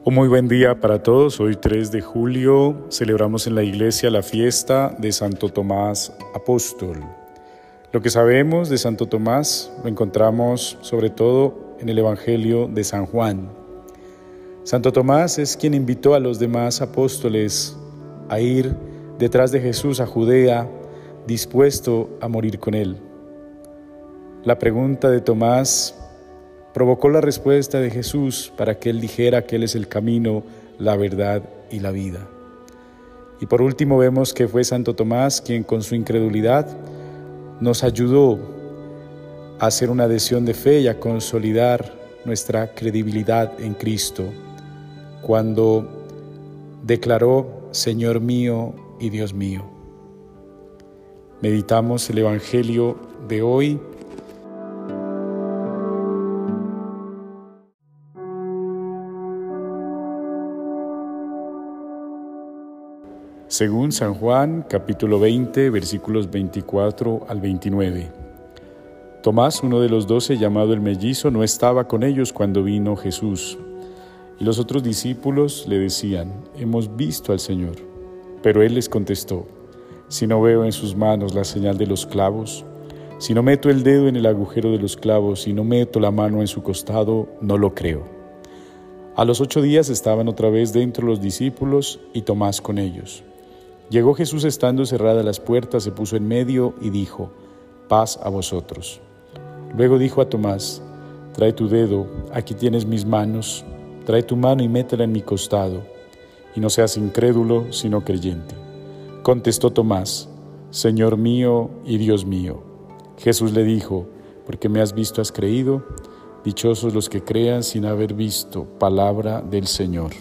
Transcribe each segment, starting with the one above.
Un muy buen día para todos. Hoy 3 de julio celebramos en la iglesia la fiesta de Santo Tomás Apóstol. Lo que sabemos de Santo Tomás lo encontramos sobre todo en el Evangelio de San Juan. Santo Tomás es quien invitó a los demás apóstoles a ir detrás de Jesús a Judea, dispuesto a morir con él. La pregunta de Tomás provocó la respuesta de Jesús para que él dijera que él es el camino, la verdad y la vida. Y por último vemos que fue Santo Tomás quien con su incredulidad nos ayudó a hacer una adhesión de fe y a consolidar nuestra credibilidad en Cristo, cuando declaró: Señor mío y Dios mío. Meditamos el Evangelio de hoy. Según San Juan, capítulo 20, versículos 24 al 29. Tomás, uno de los 12, llamado el mellizo, no estaba con ellos cuando vino Jesús. Y los otros discípulos le decían: hemos visto al Señor. Pero él les contestó: si no veo en sus manos la señal de los clavos, si no meto el dedo en el agujero de los clavos, si no meto la mano en su costado, no lo creo. A los 8 días estaban otra vez dentro los discípulos y Tomás con ellos. Llegó Jesús estando cerradas las puertas, se puso en medio y dijo: paz a vosotros. Luego dijo a Tomás: trae tu dedo, aquí tienes mis manos, trae tu mano y métela en mi costado, y no seas incrédulo, sino creyente. Contestó Tomás: Señor mío y Dios mío. Jesús le dijo: porque me has visto has creído, dichosos los que crean sin haber visto. Palabra del Señor.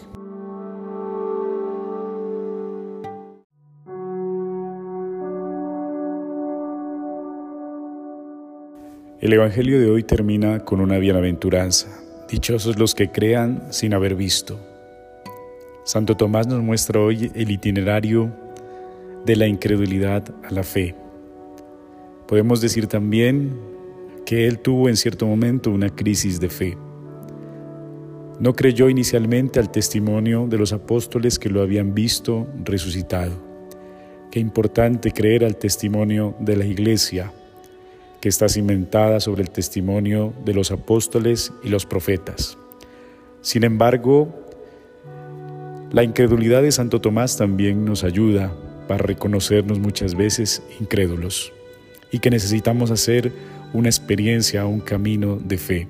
El Evangelio de hoy termina con una bienaventuranza. Dichosos los que crean sin haber visto. Santo Tomás nos muestra hoy el itinerario de la incredulidad a la fe. Podemos decir también que él tuvo en cierto momento una crisis de fe. No creyó inicialmente al testimonio de los apóstoles que lo habían visto resucitado. Qué importante creer al testimonio de la Iglesia, que está cimentada sobre el testimonio de los apóstoles y los profetas. Sin embargo, la incredulidad de Santo Tomás también nos ayuda para reconocernos muchas veces incrédulos y que necesitamos hacer una experiencia, un camino de fe.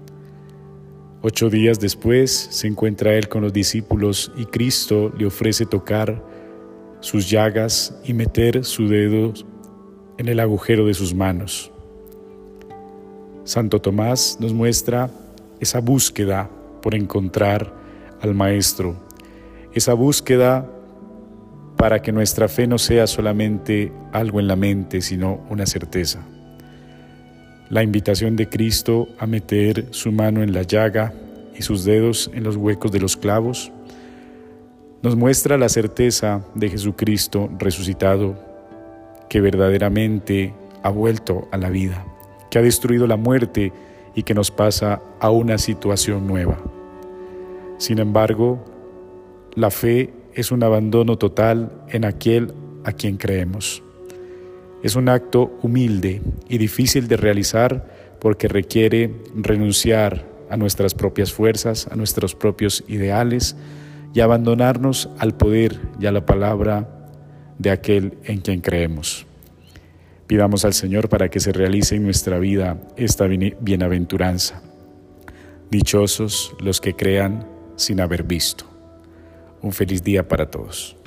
8 días después se encuentra él con los discípulos y Cristo le ofrece tocar sus llagas y meter su dedo en el agujero de sus manos. Santo Tomás nos muestra esa búsqueda por encontrar al Maestro, esa búsqueda para que nuestra fe no sea solamente algo en la mente, sino una certeza. La invitación de Cristo a meter su mano en la llaga y sus dedos en los huecos de los clavos nos muestra la certeza de Jesucristo resucitado, que verdaderamente ha vuelto a la vida, que ha destruido la muerte y que nos pasa a una situación nueva. Sin embargo, la fe es un abandono total en aquel a quien creemos. Es un acto humilde y difícil de realizar porque requiere renunciar a nuestras propias fuerzas, a nuestros propios ideales y abandonarnos al poder y a la palabra de aquel en quien creemos. Pidamos al Señor para que se realice en nuestra vida esta bienaventuranza. Dichosos los que crean sin haber visto. Un feliz día para todos.